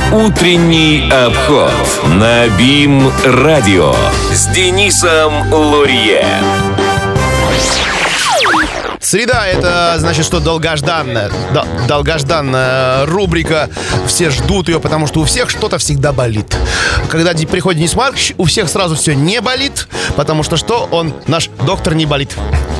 Утренний обход на БИМ-радио с Денисом Лурье. Среда — это, значит, что долгожданная рубрика. Все ждут ее, потому что у всех что-то всегда болит. Когда приходит Денис Маркович, у всех сразу все не болит, потому что что? Он наш доктор не болит.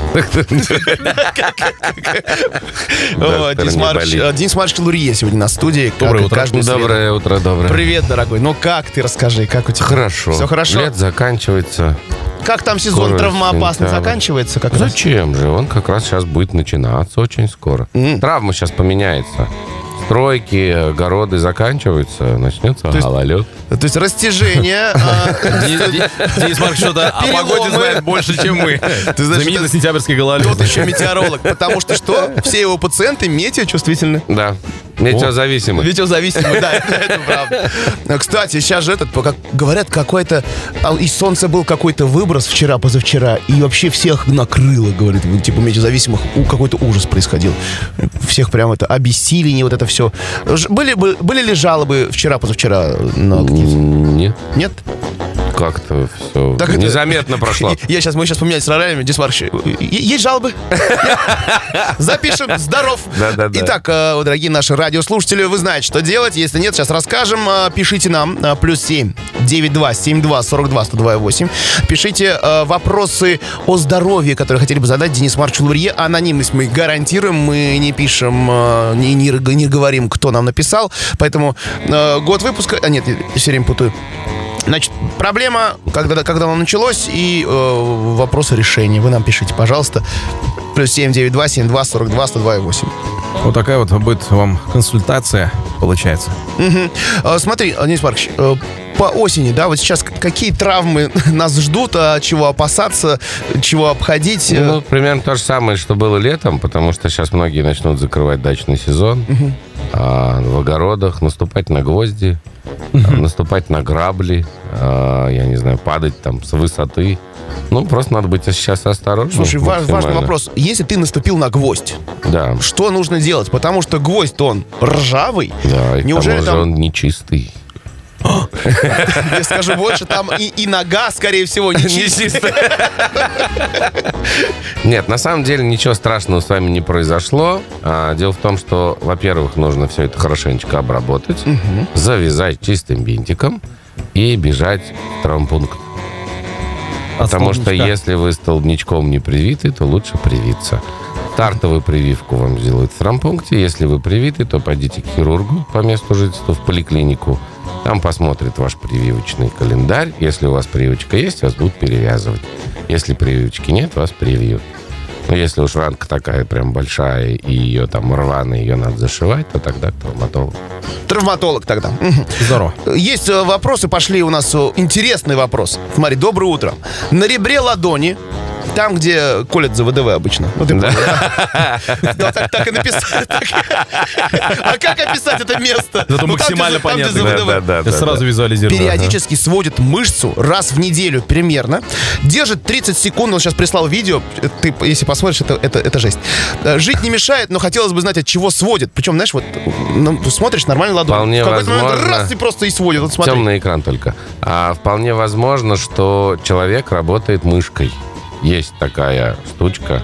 Денис Маркович Лурье сегодня на студии. Доброе утро. Доброе утро, доброе. Привет, дорогой. Ну как ты, расскажи, как у тебя? Хорошо. Все хорошо? Лет заканчивается. Как там сезон травмоопасный заканчивается? Зачем же? Он как раз сейчас будет начинаться очень скоро. Травма сейчас поменяется. Стройки, огороды заканчиваются, начнется гололед. То есть растяжение. Денис Маркович что-то о погоде знает больше, чем мы. Знаменитый сентябрьский гололед. Тот еще метеоролог, потому что что? Все его пациенты метеочувствительны. Да. Метеозависимый. Метеозависимый, да, это правда. Кстати, сейчас же как говорят, какой-то из солнца был какой-то выброс вчера, позавчера, и вообще всех накрыло, говорит, типа метеозависимых, какой-то ужас происходил. Всех прям это обессиление, вот это все. Были ли жалобы вчера, позавчера на какие-то? Нет. Нет? Как-то все незаметно прошло. Мы сейчас поменялись с ролями. Денис Маркович, есть жалобы? Запишем. Здоров. Да. Итак, дорогие наши радиослушатели, вы знаете, что делать. Если нет, сейчас расскажем. Пишите нам. +7 92 72 42 102 Пишите вопросы о здоровье, которые хотели бы задать Денис Маркович Лурье. Анонимность мы гарантируем. Мы не пишем, не говорим, кто нам написал. Поэтому год выпуска... нет, все время путаю. Значит, проблема, когда оно началось, и вопросы решения. Вы нам пишите, пожалуйста. +7 92 72 42 102 Вот такая вот будет вам консультация, получается. Смотри, Денис Маркович, по осени, да, вот сейчас какие травмы нас ждут, чего опасаться, чего обходить? Ну, примерно то же самое, что было летом, потому что сейчас многие начнут закрывать дачный сезон. В огородах наступать на гвозди, наступать на грабли, я не знаю, падать там с высоты. Ну, просто надо быть сейчас осторожным. Слушай, важный вопрос. Если ты наступил на гвоздь, да, что нужно делать? Потому что гвоздь-то он ржавый. Да, и неужели там он нечистый? Я скажу больше, там и нога, скорее всего, нечистая. Нет, на самом деле ничего страшного с вами не произошло. Дело в том, что, во-первых, нужно все это хорошенечко обработать, завязать чистым бинтиком и бежать в травмпункт. Потому что если вы столбнячком не привиты, то лучше привиться. Стартовую прививку вам сделают в травмпункте. Если вы привиты, то пойдите к хирургу по месту жительства в поликлинику. Там посмотрит ваш прививочный календарь. Если у вас прививочка есть, вас будут перевязывать. Если прививочки нет, вас привьют. Но если уж ранка такая прям большая, и ее там рваная, ее надо зашивать, то тогда к травматологу. Травматолог тогда. Здорово. Есть вопросы, пошли у нас интересный вопрос. Смотри, доброе утро. На ребре ладони, там, где колят за ВДВ обычно. Ну, ты понял, да? Так и написать. А как описать это место? Зато максимально понятно. Я сразу визуализирую. Периодически сводит мышцу раз в неделю примерно. Держит 30 секунд. Он сейчас прислал видео. Ты, если посмотришь, это жесть. Жить не мешает, но хотелось бы знать, от чего сводит. Причем, знаешь, вот смотришь, нормально ладонь. Вполне в какой-то возможно. момент раз и просто и сводит. Вот смотри. Темный экран только. Вполне возможно, что человек работает мышкой. Есть такая штучка.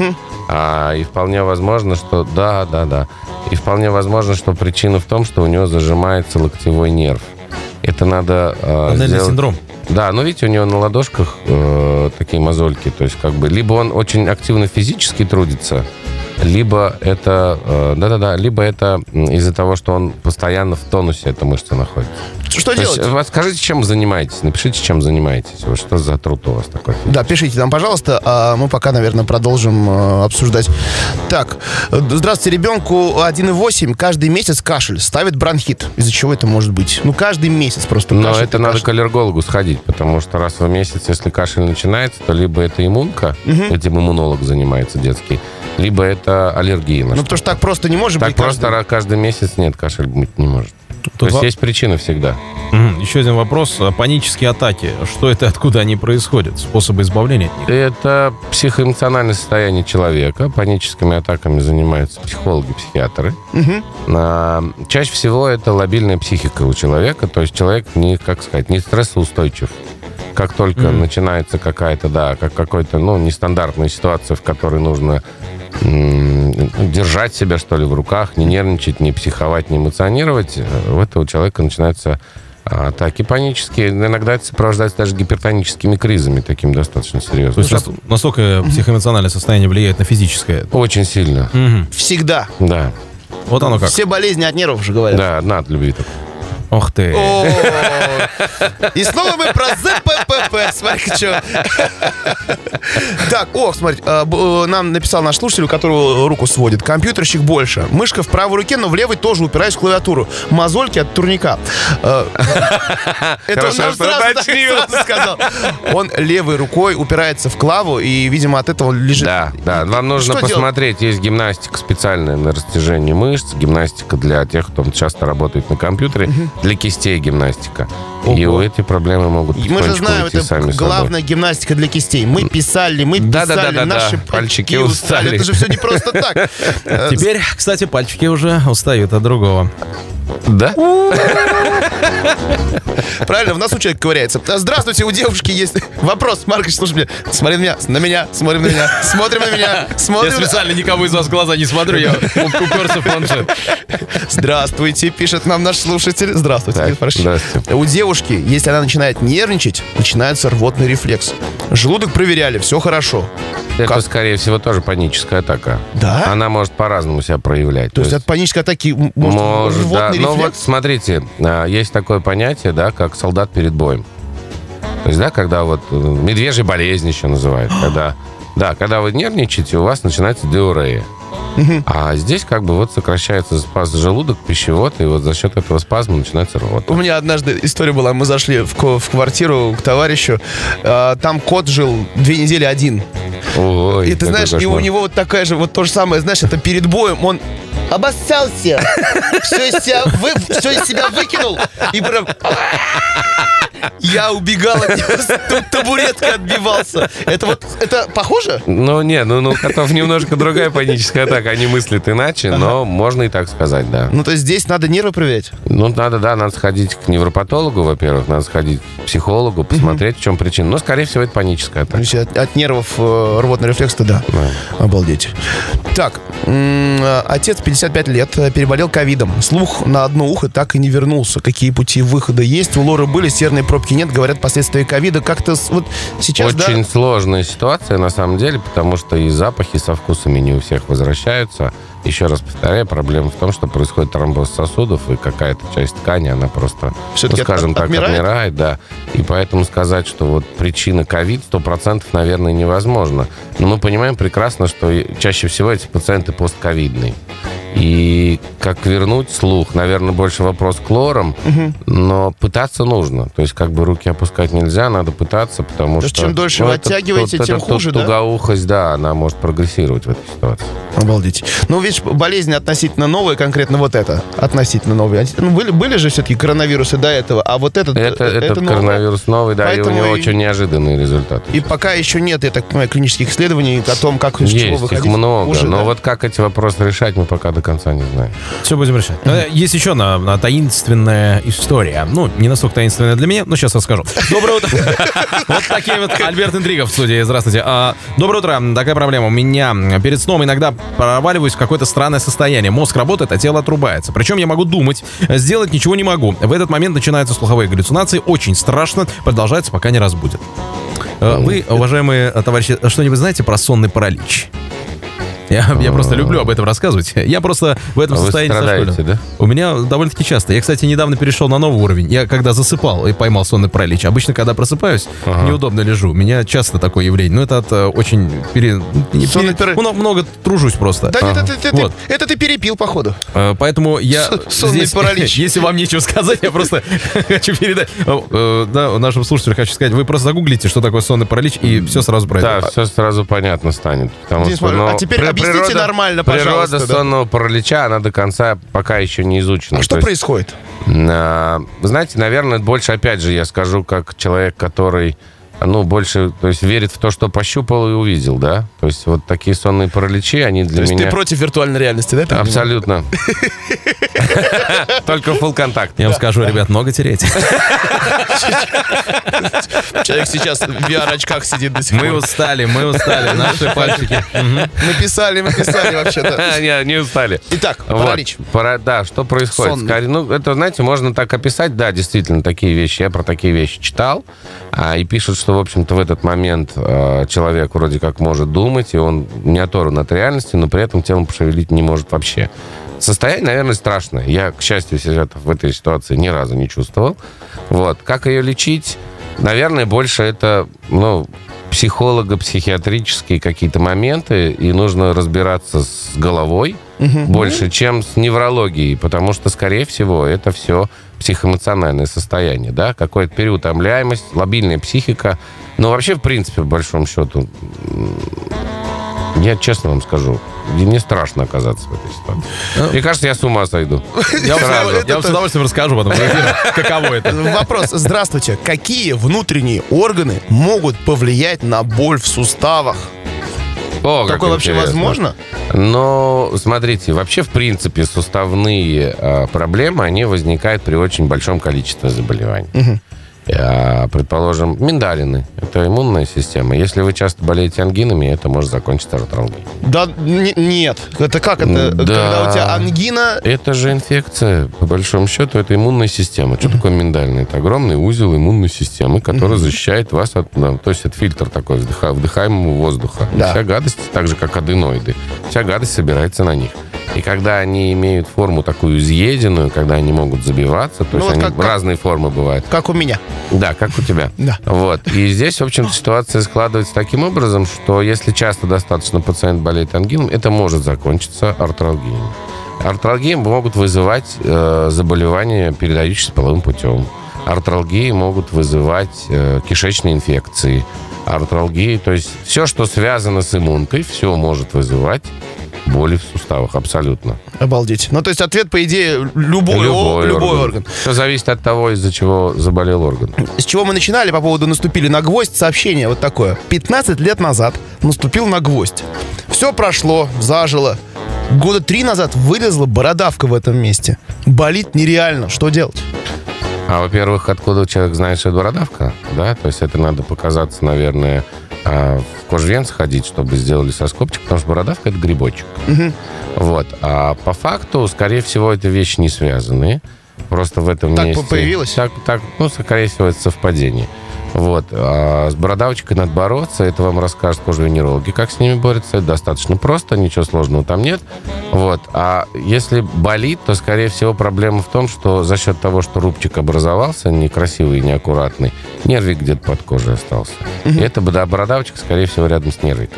И вполне возможно, что... Да. И вполне возможно, что причина в том, что у него зажимается локтевой нерв. Это надо Анальный синдром. Да, но видите, у него на ладошках такие мозольки. То есть как бы либо он очень активно физически трудится, либо это... либо это из-за того, что он постоянно в тонусе, эта мышца находится. Что делать? Скажите, чем вы занимаетесь. Напишите, чем занимаетесь. Вот что за труд у вас такой? Да, пишите нам, пожалуйста. А мы пока, наверное, продолжим обсуждать. Так, здравствуйте, ребенку 1,8. Каждый месяц кашель. Ставит бронхит. Из-за чего это может быть? Каждый месяц просто Но кашель. это надо к аллергологу сходить, потому что раз в месяц, если кашель начинается, то либо это иммунка, этим иммунолог занимается детский, либо это аллергия. Потому что так просто не может быть. Так просто каждый месяц нет, кашель быть не может. То есть есть причина всегда. Еще один вопрос. Панические атаки. Что это, откуда они происходят? Способы избавления от них? Это психоэмоциональное состояние человека. Паническими атаками занимаются психологи, психиатры. Чаще всего это лобильная психика у человека. То есть человек не стрессоустойчив. Как только начинается какая-то нестандартная ситуация, в которой нужно держать себя, что ли, в руках, не нервничать, не психовать, не эмоционировать, у этого человека начинаются атаки панические. Иногда это сопровождается даже гипертоническими кризами, такими достаточно серьезными. То есть насколько психоэмоциональное состояние влияет на физическое? Очень сильно. Всегда. Да. Вот оно как. Все болезни от нервов же говорят. Да, одна от любви только. Ох ты. И снова мы про ЗППП. Смотри-ка, что. Так, смотри, нам написал наш слушатель, у которого руку сводит. Компьютерщик больше. Мышка в правой руке, но в левой тоже упираюсь в клавиатуру. Мозольки от турника. Это он нам сразу сказал. Он левой рукой упирается в клаву, и, видимо, от этого лежит. Да. Вам нужно посмотреть. Есть гимнастика специальная на растяжение мышц, гимнастика для тех, кто часто работает на компьютере. Для кистей гимнастика. Ого. И эти проблемы могут мы же знаем, это сами главная гимнастика для кистей. Мы писали, наши пальчики устали. Это же все не просто так. Теперь, кстати, пальчики уже устают от другого. Да? Правильно, в носу человек ковыряется. Здравствуйте, у девушки есть вопрос. Маркович, слушай меня. Смотри на меня, смотрим на меня, смотрим на меня, смотрим. Я специально никого из вас в глаза не смотрю, я уперся в планшет. Здравствуйте, пишет нам наш слушатель. Здравствуйте. Здравствуйте. У девушки, если она начинает нервничать, начинается рвотный рефлекс. Желудок проверяли, все хорошо. Это, скорее всего, тоже паническая атака. Да? Она может по-разному себя проявлять. То есть от панической атаки может рвотный да. рефлекс? Но вот смотрите, есть такое понятие, да, как солдат перед боем. То есть, да, когда вот медвежья болезнь еще называют. Когда вы нервничаете, у вас начинается диурея. А здесь как бы вот сокращается спазм желудок, пищевод, и вот за счет этого спазма начинается рвота. У меня однажды история была, мы зашли в квартиру к товарищу, там кот жил 2 недели один. Ой, и ты знаешь, и у него вот такая же, вот то же самое, знаешь, это перед боем, он обоссался, все из себя выкинул, и прям... Я убегал от него, тут табуреткой отбивался. Это похоже? У котов немножко другая паническая атака. Они мыслят иначе, но можно и так сказать, да. То есть здесь надо нервы проверять? Надо сходить к невропатологу, во-первых, надо сходить к психологу, посмотреть, в чем причина. Но, скорее всего, это паническая атака. То есть от нервов рвотный рефлекс-то да. Обалдеть. Так, отец 55 лет, переболел ковидом. Слух на одно ухо так и не вернулся. Какие пути выхода есть? У Лоры были, серной пробки нет, говорят, последствия ковида. Как-то вот сейчас, очень сложная ситуация, на самом деле, потому что и запахи со вкусами не у всех возвращаются. Еще раз повторяю, проблема в том, что происходит тромбоз сосудов, и какая-то часть ткани, она просто, отмирает, да. И поэтому сказать, что вот причина ковид 100% наверное, невозможно. Но мы понимаем прекрасно, что чаще всего эти пациенты постковидные. И как вернуть слух, наверное, больше вопрос к лорам, но пытаться нужно. То есть как бы руки опускать нельзя, надо пытаться, потому что... Чем дольше вы оттягиваете, тем хуже, да? Тугоухость, да, она может прогрессировать в этой ситуации. Обалдеть. Видишь, болезнь относительно новая, конкретно вот это, относительно новая. Были же все-таки коронавирусы до этого, а вот этот коронавирус новый, да, поэтому и у него очень неожиданные результаты. И пока еще нет, я так понимаю, клинических исследований о том, как из чего выходить. Есть их много, но вот как эти вопросы решать, мы пока до конца не знаем. Все будем решать. Есть еще одна таинственная история. Не настолько таинственная для меня, но сейчас расскажу. Доброе утро. Вот такие вот Альберт Интригов в студии. Здравствуйте. Доброе утро. Такая проблема. У меня перед сном иногда проваливаюсь в какое-то странное состояние. Мозг работает, а тело отрубается. Причем я могу думать, сделать ничего не могу. В этот момент начинаются слуховые галлюцинации. Очень страшно. Продолжается, пока не разбудит. Вы, уважаемые товарищи, что-нибудь знаете про сонный паралич? Я просто люблю об этом рассказывать. Я просто в этом состоянии страдаете, да? У меня довольно-таки часто. Я, кстати, недавно перешел на новый уровень. Я когда засыпал и поймал сонный паралич. Обычно, когда просыпаюсь, неудобно лежу. У меня часто такое явление. Но это от очень... Много тружусь просто. Да это ты перепил, походу. Поэтому я... Сонный паралич. Если вам нечего сказать, я просто хочу передать... Нашим слушателям хочу сказать, вы просто загуглите, что такое сонный паралич, и все сразу пройдет. Да, все сразу понятно станет. А теперь объясните нормально, пожалуйста. Природа сонного паралича, она до конца пока еще не изучена. А что происходит? Знаете, наверное, больше, опять же, я скажу, как человек, который, больше, то есть, верит в то, что пощупал и увидел, да? То есть, вот такие сонные параличи, они для меня... То есть, ты против виртуальной реальности, да? Абсолютно. Только full контакт. Я вам скажу, ребят, много тереть. Человек сейчас в VR-очках сидит до сих пор. Мы устали, наши пальчики. Мы писали вообще-то. Не устали. Итак, паралич. Да, что происходит? Это, знаете, можно так описать. Да, действительно, такие вещи. Я про такие вещи читал. И пишут, что, в общем-то, в этот момент человек вроде как может думать, и он не оторван от реальности, но при этом телом пошевелить не может вообще. Состояние, наверное, страшное. Я, к счастью, себя в этой ситуации ни разу не чувствовал. Вот. Как ее лечить? Наверное, больше это, психолого-психиатрические какие-то моменты, и нужно разбираться с головой больше, чем с неврологией, потому что, скорее всего, это все психоэмоциональное состояние, да, какой-то переутомляемость, лобильная психика. Но вообще, в принципе, по большому счету, я честно вам скажу, мне страшно оказаться в этой ситуации. Мне кажется, я с ума сойду. Я вам с удовольствием расскажу потом, каково это. Вопрос. Здравствуйте. Какие внутренние органы могут повлиять на боль в суставах? Такое вообще возможно? Но, смотрите, вообще, в принципе, суставные проблемы, они возникают при очень большом количестве заболеваний. Предположим, миндалины. Это иммунная система. Если вы часто болеете ангинами, это может закончиться артралгией. Да, нет. Это как это? Да. Когда у тебя ангина... Это же инфекция. По большому счету, это иммунная система. Что такое миндалины? Это огромный узел иммунной системы, который защищает вас от... то есть это фильтр такой вдыхаемого воздуха. Да. Вся гадость, так же, как аденоиды, вся гадость собирается на них. И когда они имеют форму такую изъеденную, когда они могут забиваться, то есть они разные формы бывают. Как у меня. Да, как у тебя. Да. Вот. И здесь, в общем-то, ситуация складывается таким образом, что если часто достаточно пациент болеет ангином, это может закончиться артралгией. Артралгии могут вызывать заболевания, передающиеся половым путем. Артралгии могут вызывать кишечные инфекции. Артралгии, то есть все, что связано с иммункой, все может вызывать боли в суставах, абсолютно. Обалдеть. То есть ответ, по идее, любой орган. Все зависит от того, из-за чего заболел орган. С чего мы начинали по поводу «наступили на гвоздь», сообщение вот такое. 15 лет назад наступил на гвоздь. Все прошло, зажило. Года 3 назад вылезла бородавка в этом месте. Болит нереально. Что делать? Во-первых, откуда человек знает, что это бородавка? Да, то есть это надо показаться, наверное, в кожвен сходить, чтобы сделали соскобчик, потому что бородавка — это грибочек. Вот. А по факту, скорее всего, это вещи не связанные. Просто в этом месте... Так появилось? Так, скорее всего, это совпадение. Вот. А с бородавочкой надо бороться. Это вам расскажут кожевенерологи, как с ними борются. Это достаточно просто, ничего сложного там нет. Вот. А если болит, то, скорее всего, проблема в том, что за счет того, что рубчик образовался, некрасивый и неаккуратный, нервик где-то под кожей остался. И эта бородавочка, скорее всего, рядом с нервиком.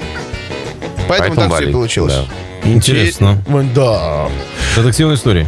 Поэтому так болит. все получилось. Да. Интересно. Да. Детективная история.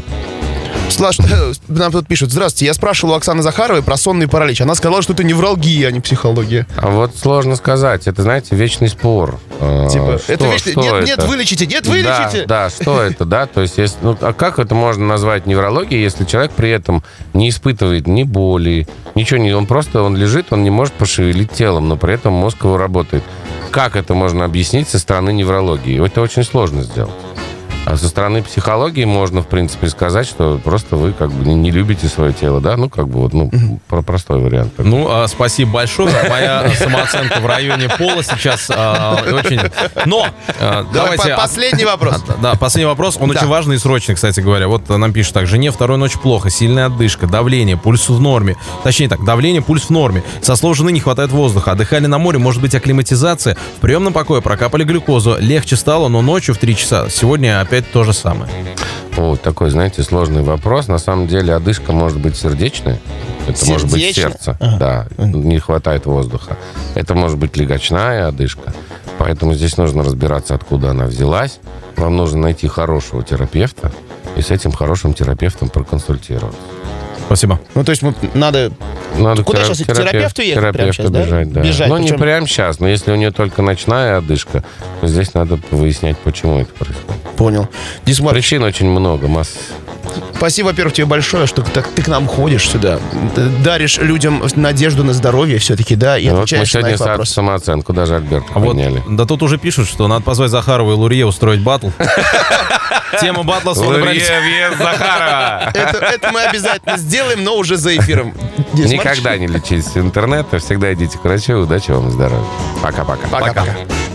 Нам тут пишут: здравствуйте, я спрашивал у Оксаны Захаровой про сонный паралич. Она сказала, что это невралгия, а не психология. А вот сложно сказать. Это, знаете, вечный спор. Типа, нет, вылечите, нет, вылечите. Да, что это, да? То есть, а как это можно назвать неврологией, если человек при этом не испытывает ни боли, ничего не... Он лежит, он не может пошевелить телом, но при этом мозг его работает. Как это можно объяснить со стороны неврологии? Это очень сложно сделать. А со стороны психологии можно, в принципе, сказать, что просто вы как бы не любите свое тело, да? Простой вариант. Спасибо большое. Моя самооценка в районе пола сейчас очень... Но! Давайте... Последний вопрос. Да, последний вопрос. Он очень важный и срочный, кстати говоря. Вот нам пишут так. Жене вторую ночь плохо, сильная отдышка, давление, пульс в норме. Точнее так, давление, пульс в норме. Со слов жены не хватает воздуха. Отдыхали на море, может быть, акклиматизация. В приемном покое прокапали глюкозу. Легче стало, но ночью в 3 часа. Сегодня опять то же самое. Вот такой, знаете, сложный вопрос. На самом деле одышка может быть сердечная. Это может быть сердце. Да, не хватает воздуха. Это может быть легочная одышка. Поэтому здесь нужно разбираться, откуда она взялась. Вам нужно найти хорошего терапевта и с этим хорошим терапевтом проконсультироваться. Спасибо. Ну, то есть надо куда сейчас? К терапевту ехать прямо сейчас, бежать, да? Бежать. Ну, не Причем- прямо сейчас, но если у нее только ночная одышка, то здесь надо выяснять, почему это происходит. Понял. Денис Маркович, Причин очень много, масса. спасибо, во-первых, тебе большое, что ты к нам ходишь сюда. Ты даришь людям надежду на здоровье все-таки, да, и Вот мы отвечаешь на сегодня их вопросы. самооценку даже Альберту А вот, подняли. да тут уже пишут, что надо позвать Захарова и Лурье устроить батл. Тему батла словно брали. въезд Захарова! Это мы обязательно сделаем, но уже за эфиром. Денис Маркович, Никогда не лечитесь с интернета, всегда идите к врачу, удачи вам и здоровья. Пока-пока. Пока-пока.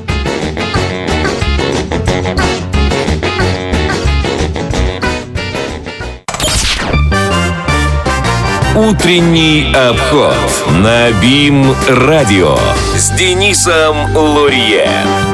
Утренний обход на БИМ радио с Денисом Лурье.